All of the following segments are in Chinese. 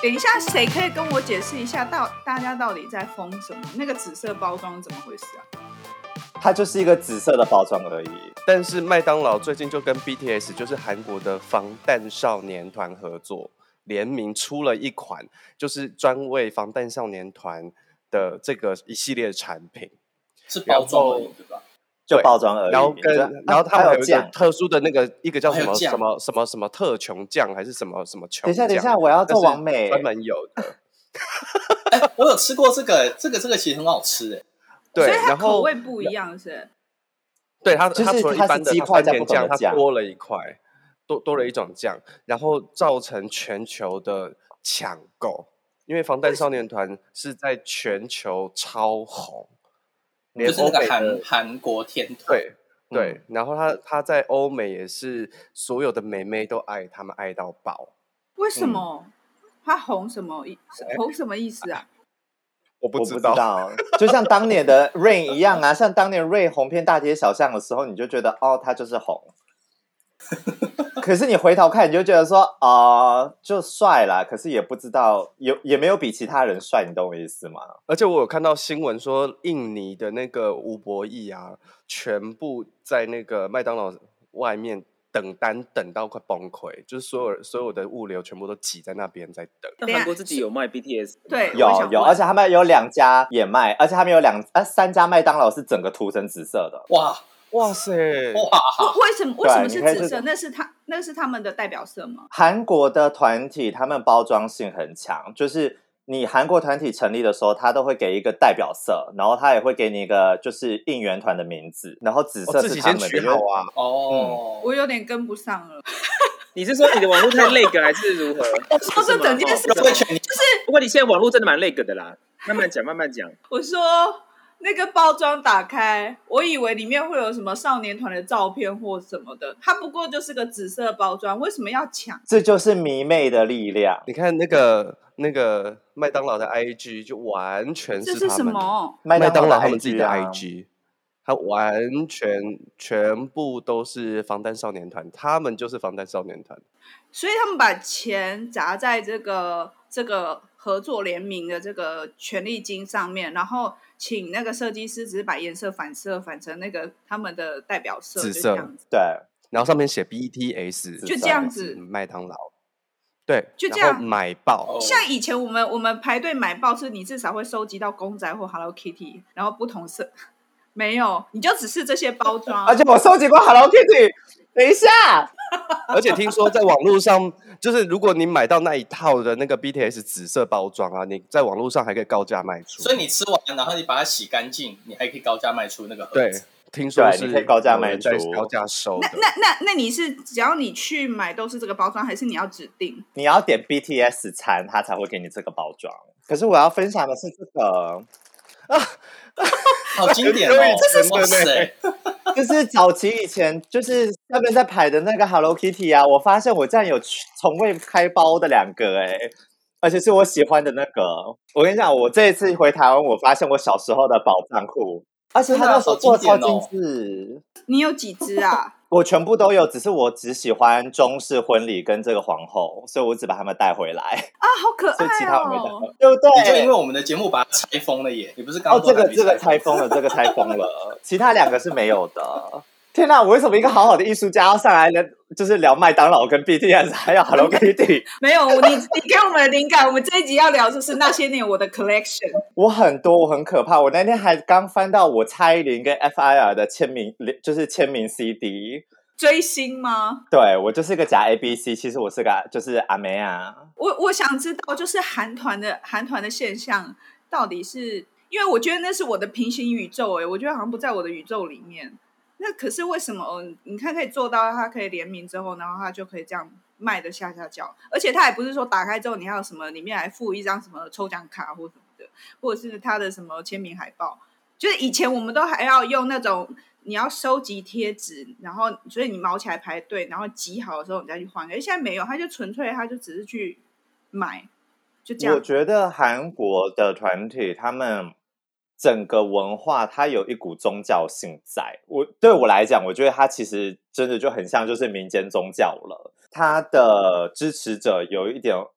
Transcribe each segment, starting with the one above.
等一下，谁可以跟我解释一下，大家到底在疯什么？那个紫色包装怎么回事啊？ 它就是一个紫色的包装而已。 但是麦当劳最近就跟 BTS， 就是韩国的防弹少年团合作，联名出了一款，就是专为防弹少年团的这个一系列产品， 是包装而已，对吧？ 就包装而已。 然后他们还有一个酱特殊的那个一个叫什么特琼酱还是什么琼酱？ 等一下，我要做完美， 专门有的。 我有吃过这个其实很好吃哎。 对， 所以它然后口味不一样是？ 对，它就是除了一般的鸡块加不同酱，它的酱， 多了一块，多了一种酱，然后造成全球的抢购，因为防弹少年团是在全球超红， 就是那个韩国天团。 对，然后他在欧美也是所有的美眉都爱他们，爱到爆。 为什么？他红什么？红什么意思啊？ 我不知道，就像当年的 Rain 一样啊，像当年 Rain 红遍大街小巷的时候，你就觉得哦，他就是红。可是你回头看，你就觉得说就帅啦，可是也不知道也没有比其他人帅，你懂我意思吗？ 而且我有看到新闻说，印尼的那个吴博义啊，全部在那个麦当劳外面等单等到快崩溃，就是所有的物流全部都挤在那边在等。 那韩国自己有卖 BTS？ 对， 有，而且他们有2家也卖，而且他们有3家麦当劳是整个涂成紫色的。 哇塞！ 哇！为什么是紫色？那是他们的代表色吗？ 韩国的团体他们包装性很强，就是你韩国团体成立的时候，他都会给一个代表色，然后他也会给你一个就是应援团的名字，然后紫色是他们的。 自己先取好啊。 我有点跟不上了。 你是说你的网络太 lag 还是如何？ 我说这整件事情就是， 不过你现在网络真的蛮 lag 的啦，慢慢讲。 我说那个包装打开，我以为里面会有什么少年团的照片或什么的，它不过就是个紫色包装，为什么要抢？ 这就是迷妹的力量。 你看那个麦当劳的 IG 就完全是他们， 这是什么？ 麦当劳他们自己的 IG，它完全部都是防弹少年团，他们就是防弹少年团， 所以他们把钱砸在这个合作联名的这个权利金上面，然后请那个设计师只是把颜色反成那个他们的代表色， 紫色， 对， 然后上面写 BTS， 就这样子， 麦当劳，对， 就这样买爆。 像以前我们排队买爆，是你至少会收集到公仔或 Hello Kitty， 然后不同色，没有，你就只是这些包装。 而且我收集过 Hello Kitty， 等一下。 而且听说在网络上，就是如果你买到那一套的那个 BTS 紫色包装啊，你在网络上还可以高价卖出。 所以你吃完，然后你把它洗干净，你还可以高价卖出那个盒子。 对，听说是你可以高价卖出， 高价收的。 那你是只要你去买都是这个包装，还是你要指定？ 你要点 BTS 餐，他才会给你这个包装。可是我要分享的是这个好经典哦！ 这是哇塞， 就是早期以前就是他们在排的那个 Hello Kitty 啊，我发现我竟然有从未开包的2个而且是我喜欢的那个。我跟你讲，我这一次回台湾，我发现我小时候的宝藏库，而且他那时候做超精致。 你有几只啊？ 我全部都有，只是我只喜欢中式婚礼跟这个皇后，所以我只把他们带回来啊，好可爱哦！ 所以其他我没带回来，对不对？ 你就因为我们的节目把它拆封了耶！你不是刚这个拆封了，这个拆封了，其他2个是没有的。天哪，我为什么一个好好的艺术家要上来就是聊麦当劳跟 BTS 还有 Hello Kitty？ 没有，你给我们的灵感，我们这一集要聊就是那些年我的 collection。 我很多，我很可怕。我那天还刚翻到我蔡依林跟 FIR 的签名，就是签名 CD。 追星吗？ 对，我就是个假 ABC， 其实我是个就是阿妹啊。 我想知道，就是韩团的现象到底是，因为我觉得那是我的平行宇宙我觉得好像不在我的宇宙里面。那可是为什么你看可以做到它可以联名之后，然后它就可以这样卖的下脚，而且它也不是说打开之后你还有什么里面还附一张什么抽奖卡或什么的，或者是它的什么签名海报，就是以前我们都还要用那种你要收集贴纸，然后所以你毛起来排队，然后集好的时候你再去换，可是现在没有，它就纯粹它就只是去买，就这样。 我觉得韩国的团体他们整个文化它有一股宗教性在，对我来讲，我觉得它其实真的就很像就是民间宗教了。它的支持者有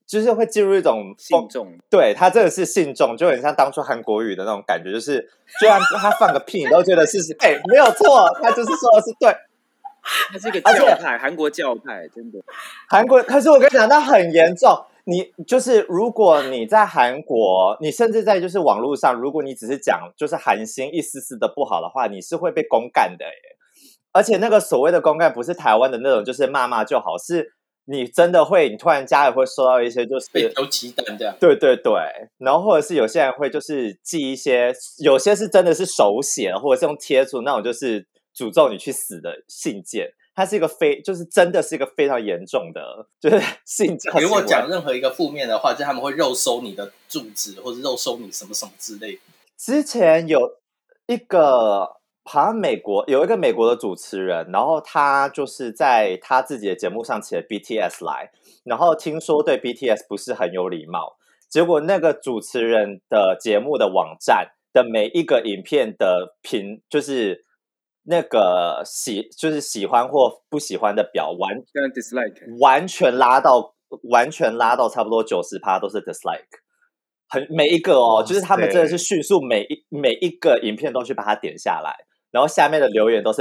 就是会进入一种信众， 对他真的是信众，就很像当初韩国语的那种感觉，就是就算他放个屁，你都觉得是对，没有错，他就是说的是对。 他是一个教派，韩国教派，真的。 韩国，可是我跟你讲，那很严重。你就是如果你在韩国，你甚至在就是网络上，如果你只是讲就是韩星一丝丝的不好的话，你是会被公干的耶。而且那个所谓的公干不是台湾的那种，就是骂骂就好，是你真的会，你突然家里会收到一些就是被丢鸡蛋这样。 对对对，然后或者是有些人会就是寄一些，有些是真的是手写的，或者是用贴出那种就是诅咒你去死的信件。它是一个就是真的是一个非常严重的，就是性交行为。 如果讲任何一个负面的话，就他们会肉收你的住址，或者肉收你什么什么之类的。 之前有一个好像有一个美国的主持人，然后他就是在他自己的节目上请了 BTS 来，然后听说对 BTS 不是很有礼貌，结果那个主持人的节目的网站的每一个影片的就是那个喜欢或不喜欢的表完全拉到差不多90%都是 dislike。每一个哦，就是他们真的是迅速每一个影片都去把它点下来，然后下面的留言都是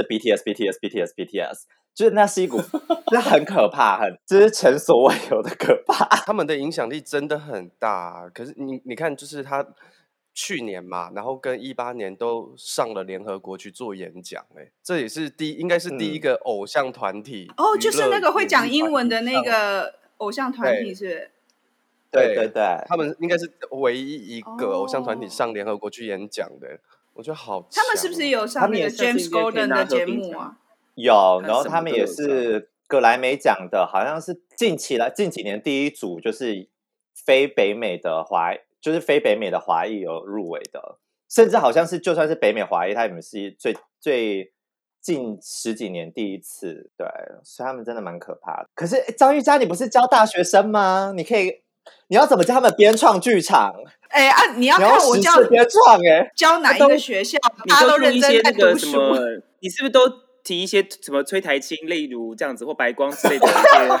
BTS， 就是那是一股，那很可怕，就是前所未有的可怕。 他们的影响力真的很大，可是你看，就是他去年嘛，然后跟18年都上了联合国去做演讲，这也是应该是第一个偶像团体哦，就是那个会讲英文的那个偶像团体是。 对对对， 他们应该是唯一一个偶像团体上联合国去演讲的，我觉得好强。 他们是不是有上那个 James Corden 的节目啊？ 有，然后他们也是格莱美奖的，好像是近几年第一组就是非北美的华裔有入围的，甚至好像是就算是北美华裔，他们是最近10几年第一次，对，所以他们真的蛮可怕的。可是张玉佳，你不是教大学生吗？你要怎么教他们编创剧场？ 你要看我教编创教哪一个学校，大家都认真在读书。 你是不是都提一些什么崔台青，例如这样子或白光之类的一些？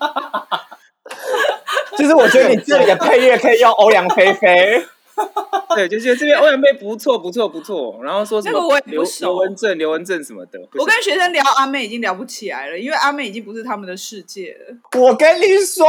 就是我觉得你这里的配乐可以用欧阳菲菲。 对，就是这边欧阳菲不错，然后说什么刘文正什么的。 我跟学生聊阿妹已经聊不起来了，因为阿妹已经不是他们的世界了。 我跟你说。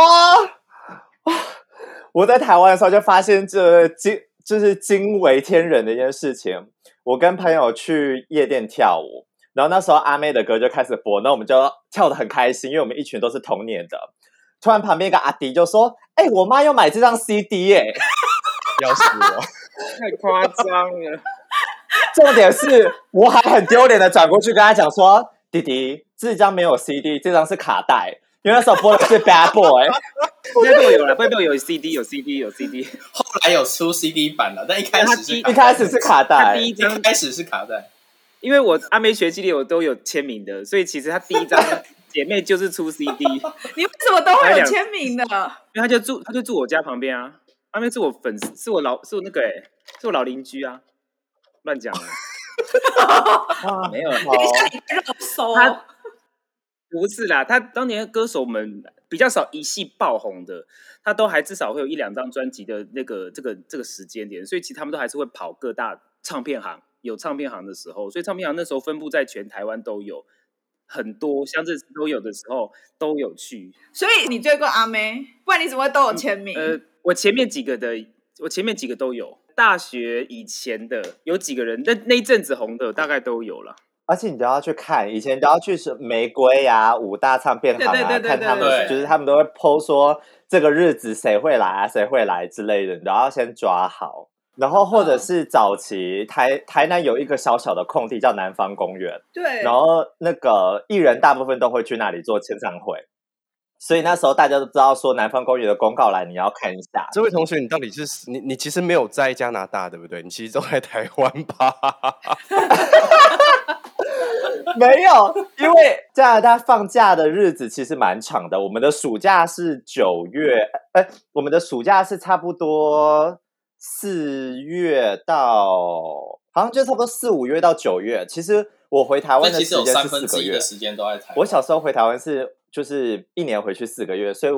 我在台湾的时候就发现就是惊为天人的一件事情。我跟朋友去夜店跳舞，然后那时候阿妹的歌就开始播，那我们就跳得很开心，因为我们一群都是同年的。突然旁边一个阿弟就说：“我妈又买这张 CD 要死我！ 太夸张了。” 重点是我还很丢脸的转过去跟他讲说：“弟弟，这张没有 CD， 这张是卡带。”因为那时候播的是 Bad Boy， Bad Boy 有了， Bad Boy 有 CD， 后来有出 CD 版了，但一开始是卡带， 一开始是卡带。 因为我阿妹学系列我都有签名的，所以其实他第一张姐妹就是出 CD。 你为什么都会有签名的？ 因为他就住我家旁边啊，阿妹是我粉丝，是我老邻居啊，乱讲了。没有， 等一下你肉搜。 不是啦，他当年歌手们比较少一系爆红的，他都还至少会有1-2张专辑的那个这个时间点，所以其实他们都还是会跑各大唱片行，有唱片行的时候，所以唱片行那时候分布在全台湾都有，很多乡镇都有的时候都有去。 所以你追过阿妹，不然你怎么会都有签名？ 我前面几个都有，大学以前的有几个人，那一阵子红的大概都有了。 而且你都要去看，以前都要去玫瑰啊、5大唱片行啊，看他们，就是他们都会 po 说这个日子谁会来啊、谁会来之类的，你都要先抓好。然后或者是早期台南有一个小小的空地叫南方公园， 对， 然后那个艺人大部分都会去那里做签唱会，所以那时候大家都知道说南方公园的公告栏你要看一下。 这位同学，你到底是你其实没有在加拿大对不对？你其实都在台湾吧？ 没有，因为加拿大放假的日子其实蛮长的。我们的暑假是9月，我们的暑假是差不多4月到，好像就差不多4、5月到9月。其实我回台湾的时间是4个月， 的时间都在台湾。 我小时候回台湾就是1年回去4个月，所以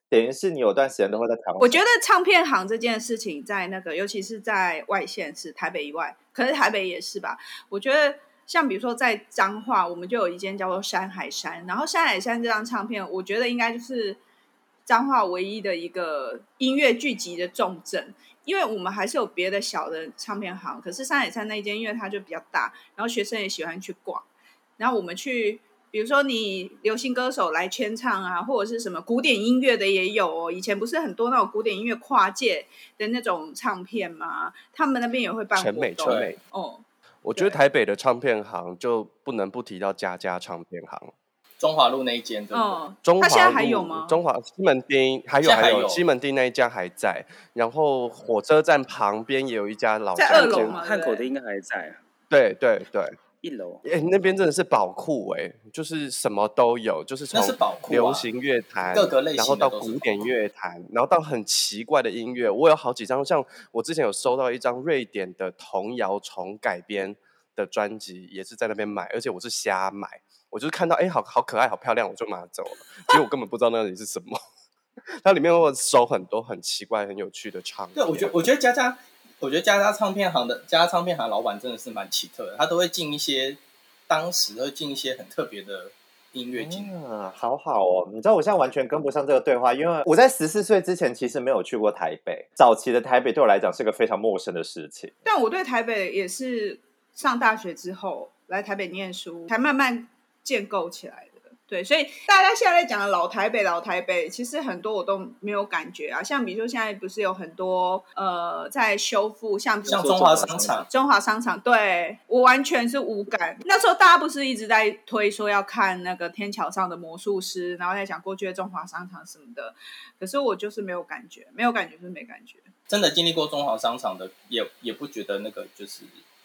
等于是你有段时间都会在台湾。 我觉得唱片行这件事情，在那个尤其是在外县市，台北以外，可是台北也是吧。我觉得像比如说在彰化，我们就有一间叫做山海山，然后山海山这张唱片，我觉得应该就是彰化唯一的一个音乐聚集的重镇。因为我们还是有别的小的唱片行，可是山海山那一间因为它就比较大，然后学生也喜欢去逛，然后我们去比如说你流行歌手来签唱啊，或者是什么古典音乐的也有哦。以前不是很多那种古典音乐跨界的那种唱片吗？他们那边也会办活动。 陈美哦， 我觉得台北的唱片行就不能不提到家家唱片行。 中华路那一间，对不对？ 它现在还有吗？ 中华西门町还有西门町那一家还在，然后火车站旁边也有一家老家在2楼嘛， 汉口的应该还在。 对对对 ，1楼。 那边真的是宝库就是什么都有，就是从流行乐坛、 各个类型的， 然后到古典乐坛，然后到很奇怪的音乐。我有好几张，像我之前有收到一张瑞典的童谣虫改编的专辑，也是在那边买，而且我是瞎买。我就是看到好可爱好漂亮，我就拿走了，结果我根本不知道那里是什么。它里面会收很多很奇怪很有趣的唱片。 对，我觉得家家唱片行老板真的是蛮奇特的，他都会进一些当时会进一些很特别的音乐进好好哦。你知道我现在完全跟不上这个对话，因为我在14岁之前其实没有去过台北，早期的台北对我来讲是个非常陌生的事情。 但我对台北也是上大学之后来台北念书才慢慢建构起来的。对，所以大家现在在讲的老台北，其实很多我都没有感觉啊。像比如说现在不是有很多在修复，像比如说中华商场，对，我完全是无感。那时候大家不是一直在推说要看那个天桥上的魔术师，然后在讲过去的中华商场什么的，可是我就是没有感觉，没有感觉就是没感觉。 真的经历过中华商场的，也不觉得那个就是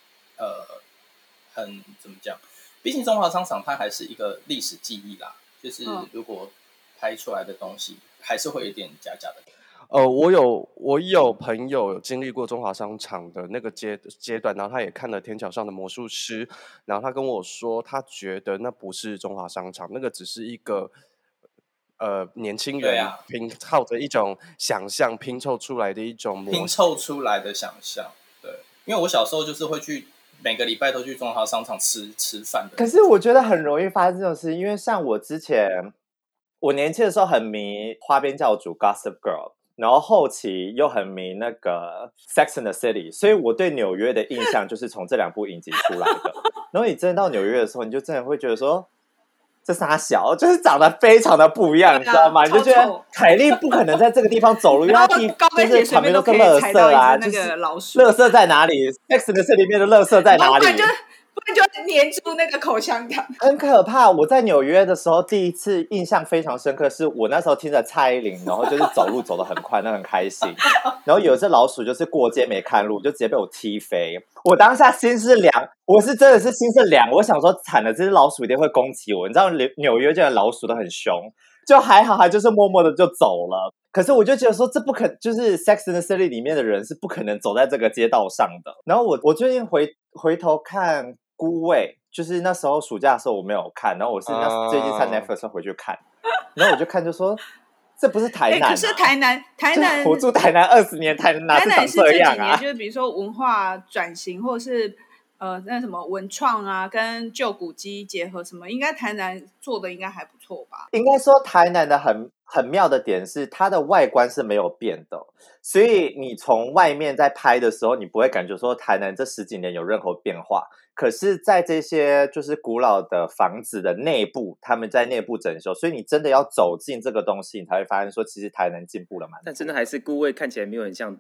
很怎么讲。毕竟中华商场它还是一个历史记忆啦，就是如果拍出来的东西还是会有点假的。 我有朋友有经历过中华商场的那个阶段，然后他也看了天桥上的魔术师，然后他跟我说他觉得那不是中华商场，那个只是一个年轻人靠着一种想象拼凑出来的一种拼凑出来的想象。对，因为我小时候就是会去每个礼拜都去中华商场吃饭的。 可是我觉得很容易发生这种事，因为像我之前我年轻的时候很迷花边教主 Gossip Girl， 然后后期又很迷那个 Sex and the City， 所以我对纽约的印象就是从这2部影集出来的。然后你真的到纽约的时候，你就真的会觉得说这傻小就是长得非常的不一样，你知道吗？你就觉得凯莉不可能在这个地方走路，因为她就是旁边都是垃圾啊，就是垃圾在哪里 ？Sex and the City 里面的垃圾在哪里？ 不然就黏住那个口香糖， 很可怕。我在纽约的时候，第一次印象非常深刻，是我那时候听着蔡依林，然后就是走路走得很快，那很开心。然后有一只老鼠就是过街没看路，就直接被我踢飞。我当下心是凉，我是真的是心是凉。我想说惨了，这只老鼠一定会攻击我。你知道纽约这的老鼠都很凶，就还好，还就是默默的就走了。可是我就觉得说，这不可，就是 Sex and the City 里面的人是不可能走在这个街道上的。然后我最近回头看孤味，就是那时候暑假的时候我没有看，然后我是最近在 Netflix 回去看，然后我就看就说这不是台南可是台南我住台南20年，台南是长这样啊。 台南是这几年就是比如说文化转型，或者是那什么文创啊，跟旧古迹结合什么，应该台南做的应该还不错吧？ 应该说台南的很妙的点是它的外观是没有变的，所以你从外面在拍的时候，你不会感觉说台南这10几年有任何变化。可是在这些就是古老的房子的内部，他们在内部整修，所以你真的要走进这个东西，你才会发现说其实台南进步了蛮多。 但真的还是孤味看起来没有很像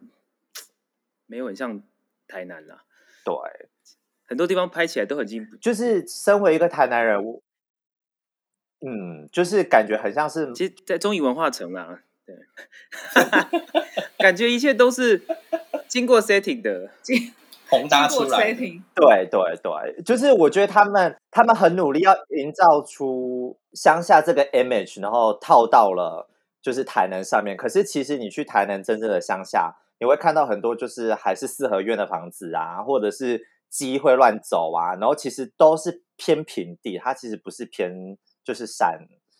台南啦。 对， 很多地方拍起来都很进步。 就是身为一个台南人，就是感觉很像是， 其实在中宜文化城啦，对，感觉一切都是经过 setting 的。 宏大出来， 对，就是我觉得他们很努力要营造出乡下这个 image， 然后套到了就是台南上面。可是其实你去台南真正的乡下，你会看到很多就是还是四合院的房子啊，或者是鸡会乱走啊，然后其实都是偏平地，它其实不是偏就是山。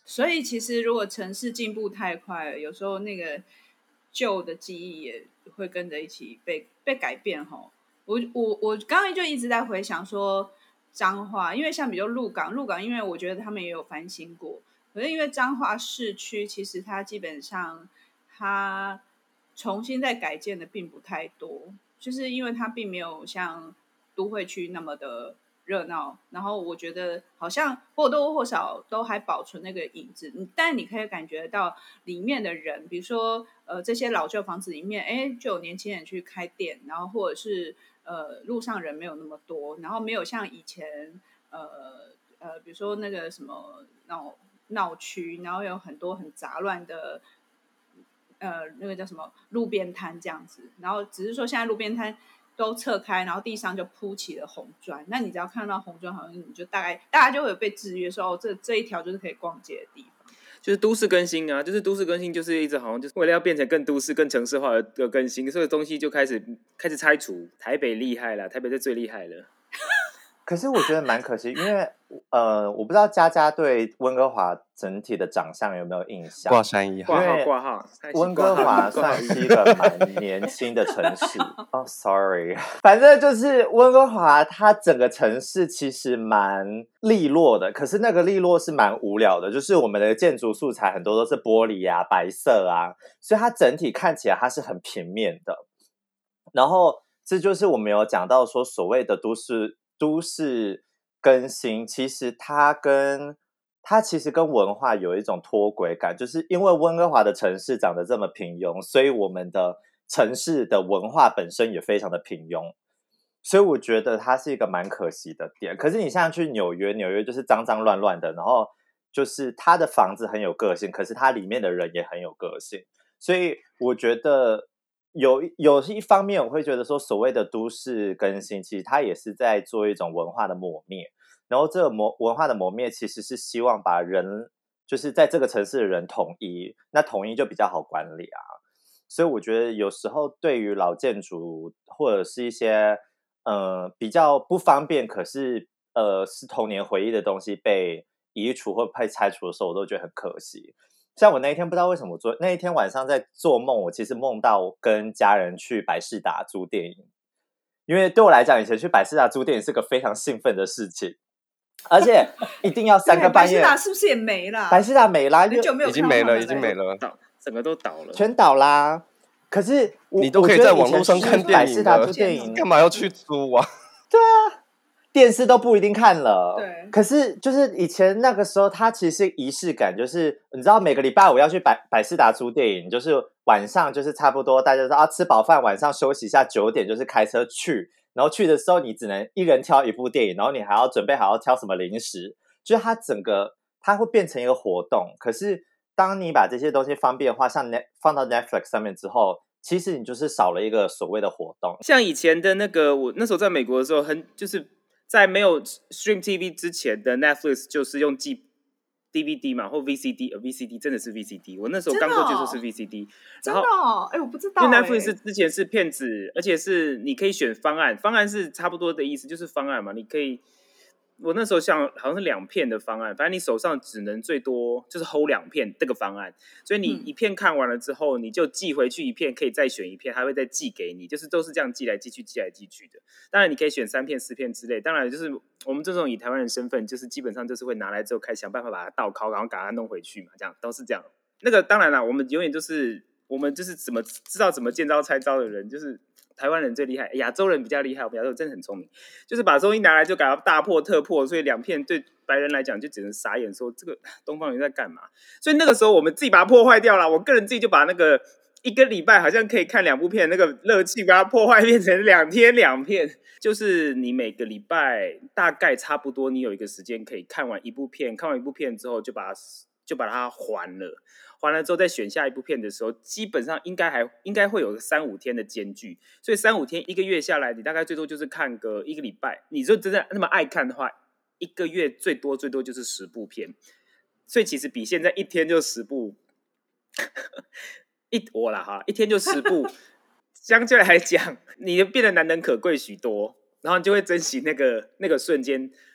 所以其实如果城市进步太快了，有时候那个旧的记忆也会跟着一起被改变吼。我刚才就一直在回想说彰化，因为像比如鹿港，因为我觉得他们也有翻新过，可是因为彰化市区其实它基本上它重新再改建的并不太多，就是因为它并没有像都会区那么的热闹，然后我觉得好像或多或少都还保存那个影子，但你可以感觉到里面的人，比如说这些老旧房子里面，就有年轻人去开店，然后或者是路上人没有那么多，然后没有像以前比如说那个什么闹区，然后有很多很杂乱的那个叫什么路边摊这样子，然后只是说现在路边摊都撤开，然后地上就铺起了红砖。那你只要看到红砖，好像你就大家就会有被制约说，这一条就是可以逛街的地方。 就是都市更新啊，就是都市更新，就是一直好像就是为了要变成更都市、更城市化而更新，所有东西就开始拆除。台北厉害了，台北是最厉害了。 可是我觉得蛮可惜，因为我不知道佳佳对温哥华整体的长相有没有印象？ 挂山一号， 挂号。 温哥华算是一个蛮年轻的城市。哦，sorry， 反正就是温哥华，它整个城市其实蛮利落的，可是那个利落是蛮无聊的，就是我们的建筑素材很多都是玻璃啊、白色啊，所以它整体看起来它是很平面的。然后这就是我们有讲到说所谓的都市更新，其实它其实跟文化有一种脱轨感，就是因为温哥华的城市长得这么平庸，所以我们的城市的文化本身也非常的平庸，所以我觉得它是一个蛮可惜的点。可是你现在去纽约就是脏脏乱乱的，然后就是它的房子很有个性，可是它里面的人也很有个性，所以我觉得有一方面我会觉得说，所谓的都市更新，其实它也是在做一种文化的磨灭。然后这个文化的磨灭，其实是希望把人，就是在这个城市的人统一，那统一就比较好管理啊。所以我觉得有时候对于老建筑或者是一些比较不方便，可是是童年回忆的东西被移除或被拆除的时候，我都觉得很可惜。像我那一天不知道为什么那一天晚上在做梦，我其实梦到跟家人去百视达租电影，因为对我来讲，以前去百视达租电影是个非常兴奋的事情，而且一定要3个半夜。 百视达是不是也没了？ 百视达没啦， 很久没有已经没了，已经没了， 整个都倒了， 全倒啦。可是你都可以在网络上看电影了， 百视达租电影干嘛要去租啊？ 对啊。电视都不一定看了， 对。 可是就是以前那个时候，它其实是仪式感，就是你知道每个礼拜我要去百视达租电影，就是晚上就是差不多大家说吃饱饭，晚上休息一下，9点就是开车去，然后去的时候你只能一人挑一部电影，然后你还要准备好要挑什么零食，就是它会变成一个活动。可是当你把这些东西方便化，像放到 Netflix 上面之后，其实你就是少了一个所谓的活动。 像以前的那个，我那时候在美国的时候，就是在没有 Stream TV 之前的 Netflix 就是用寄 DVD 嘛，或 VCD 真的是 VCD。我那时候刚过去就是 VCD， 真的哦，我不知道。 因为 Netflix 之前是片子，而且是你可以选方案，方案是差不多的意思，就是方案嘛，你可以。我那时候好像是2片的方案，反正你手上只能最多就是 hold 2片这个方案，所以你一片看完了之后，你就寄回去一片，可以再选一片，还会再寄给你，就是都是这样寄来寄去的。当然你可以选3片4片之类，当然就是我们这种以台湾人身份，就是基本上就是会拿来之后开始想办法把它倒拷，然后把它弄回去嘛，这样都是这样。那个当然啦，我们永远就是我们就是知道怎么见招拆招的人，就是台湾人最厉害，亚洲人比较厉害，我们亚洲人真的很聪明，就是把东西拿来就给它大破特破，所以2片对白人来讲就只能傻眼说这个东方人在干嘛。所以那个时候我们自己把它破坏掉了，我个人自己就把那个1个礼拜好像可以看2部片那个乐趣把它破坏变成2天2片，就是你每个礼拜大概差不多你有一个时间可以看完一部片，看完一部片之后就把它还了之后再选下一部片的时候，基本上应该会有个3-5天的间距，所以3-5天1个月下来，你大概最多就是看个1个礼拜。你就真的那么爱看的话，1个月最多就是10部片，所以其实比现在1天就10部，我啦哈，1天就10部，相对来讲，你变得难能可贵许多，然后你就会珍惜那个瞬间。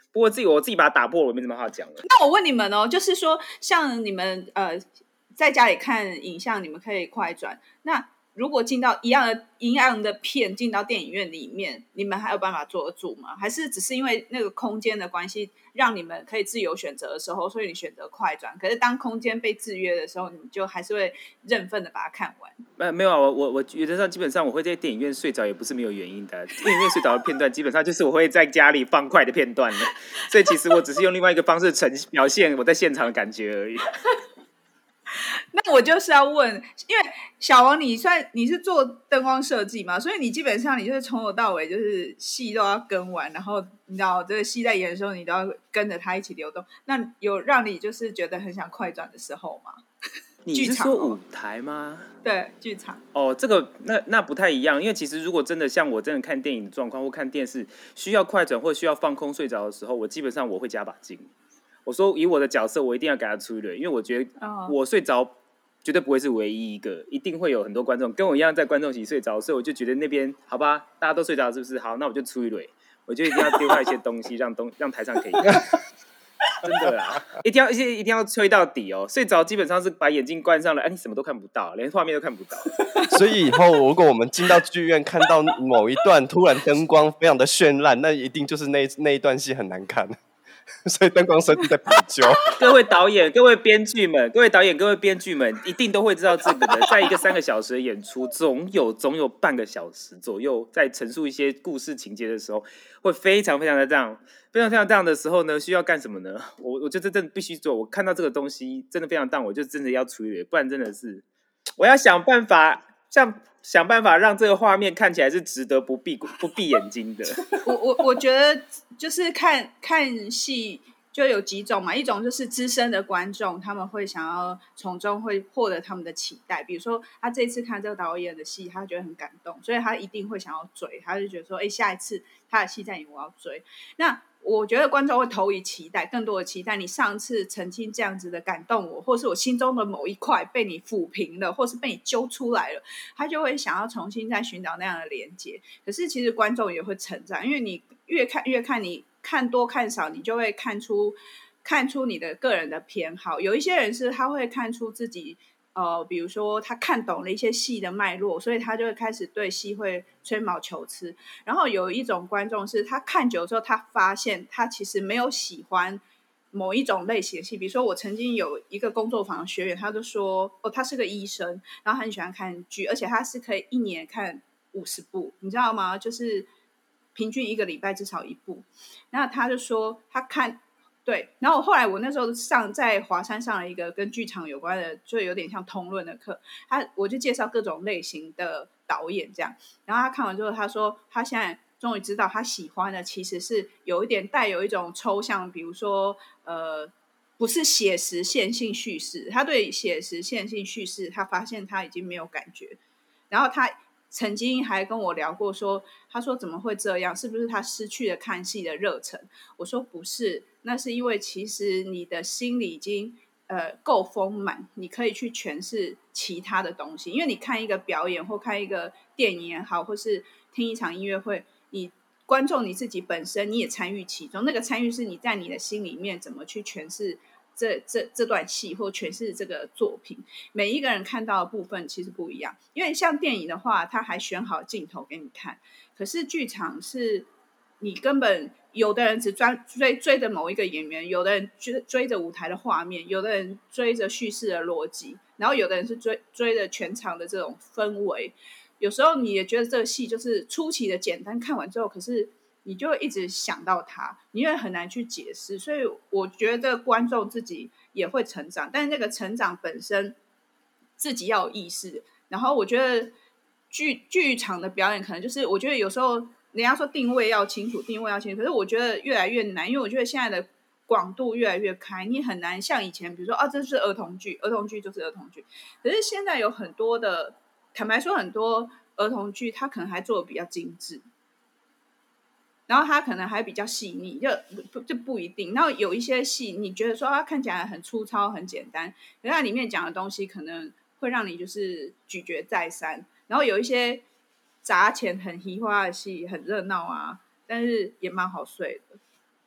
不过我自己把它打破了，我没什么话讲了。 那我问你们哦，就是说，像你们在家里看影像，你们可以快转。那如果进到一样的片进到电影院里面，你们还有办法坐得住吗？还是只是因为那个空间的关系，让你们可以自由选择的时候，所以你选择快转？可是当空间被制约的时候，你就还是会认份的把它看完。 没有啊，我觉得基本上我会在电影院睡着也不是没有原因的。电影院睡着的片段基本上就是我会在家里放快的片段了，所以其实我只是用另外一个方式表现我在现场的感觉而已。 那我就是要问，因为小王你是做灯光设计嘛，所以你基本上你就是从头到尾就是戏都要跟完，然后你知道这个戏在演的时候你都要跟着它一起流动。那有让你就是觉得很想快转的时候吗？ 你是说舞台吗？ 对，剧场。 哦，这个那不太一样，因为其实如果真的像我真的看电影的状况或看电视需要快转或需要放空睡着的时候，我基本上我会加把劲。我说以我的角色，我一定要给他出的，因为我觉得我睡着绝对不会是唯一一个，一定会有很多观众跟我一样在观众席睡着，所以我就觉得那边好吧，大家都睡着是不是？好，那我就出一蕊，我就一定要丢下一些东西，让台上可以看。真的啦，一定要吹到底哦！睡着基本上是把眼睛关上了，你什么都看不到，连画面都看不到。 所以以后如果我们进到剧院看到某一段突然灯光非常的绚烂，那一定就是那一段戏很难看。所以灯光设计在补救。 各位导演、各位编剧们，一定都会知道这个的。在一个3个小时的演出，总有半个小时左右，在陈述一些故事情节的时候，会非常非常的这样，非常非常这样的时候呢，需要干什么呢？我觉得真的必须做。我看到这个东西真的非常淡，我就真的要处理，不然真的是我要想办法让这个画面看起来是值得不闭眼睛的。 我觉得就是看戏就有几种嘛，一种就是资深的观众，他们会想要从中会获得他们的期待，比如说他这次看这个导演的戏，他觉得很感动，所以他一定会想要追，他就觉得说，下一次他的戏在演，我要追。那我觉得观众会投以期待，更多的期待。你上次曾经这样子的感动我，或是我心中的某一块被你抚平了，或是被你揪出来了，他就会想要重新再寻找那样的连接。可是其实观众也会成长，因为你越看，你看多看少，你就会看出你的个人的偏好。有一些人是他会看出自己比如说他看懂了一些戏的脉络，所以他就会开始对戏会吹毛求疵。然后有一种观众是他看久之后，他发现他其实没有喜欢某一种类型的戏。比如说我曾经有一个工作坊的学员，他就说他是个医生，然后很喜欢看剧，而且他是可以1年看50部，你知道吗？就是平均1个礼拜至少1部。那他就说他看对，然后后来我那时候在华山上了一个跟剧场有关的，就有点像通论的课，我就介绍各种类型的导演这样，然后他看完之后，他说他现在终于知道他喜欢的其实是有一点带有一种抽象，比如说不是写实线性叙事，他对写实线性叙事他发现他已经没有感觉，然后他曾经还跟我聊过说，他说怎么会这样，是不是他失去了看戏的热忱？我说不是，那是因为其实你的心里已经够丰满，你可以去诠释其他的东西。因为你看一个表演或看一个电影也好，或是听一场音乐会，你观众你自己本身你也参与其中，那个参与是你在你的心里面怎么去诠释这段戏或诠释这个作品。每一个人看到的部分其实不一样，因为像电影的话他还选好镜头给你看，可是剧场是你根本有的人只追着某一个演员，有的人追着舞台的画面，有的人追着叙事的逻辑，然后有的人是追着全场的这种氛围。有时候你也觉得这个戏就是出奇的简单，看完之后可是你就会一直想到它，你也很难去解释。所以我觉得观众自己也会成长，但是那个成长本身自己要有意识。然后我觉得剧场的表演可能就是我觉得有时候人家说定位要清楚，可是我觉得越来越难，因为我觉得现在的广度越来越开，你很难像以前比如说这是儿童剧就是儿童剧，可是现在有很多的，坦白说很多儿童剧它可能还做的比较精致，然后它可能还比较细腻，就不一定。然后有一些戏你觉得说它看起来很粗糙很简单，可是它里面讲的东西可能会让你就是咀嚼再三。然后有一些砸钱很嘻花的戏很热闹啊，但是也蛮好睡的。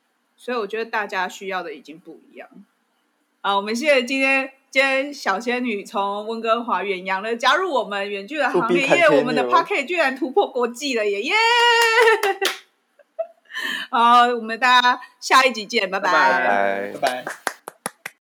所以我觉得大家需要的已经不一样。好，我们谢谢今天小仙女从温哥华远洋的加入我们远距的行列，因为我们的 Podcast 居然突破国际了耶！好，我们大家下一集见，拜拜拜拜。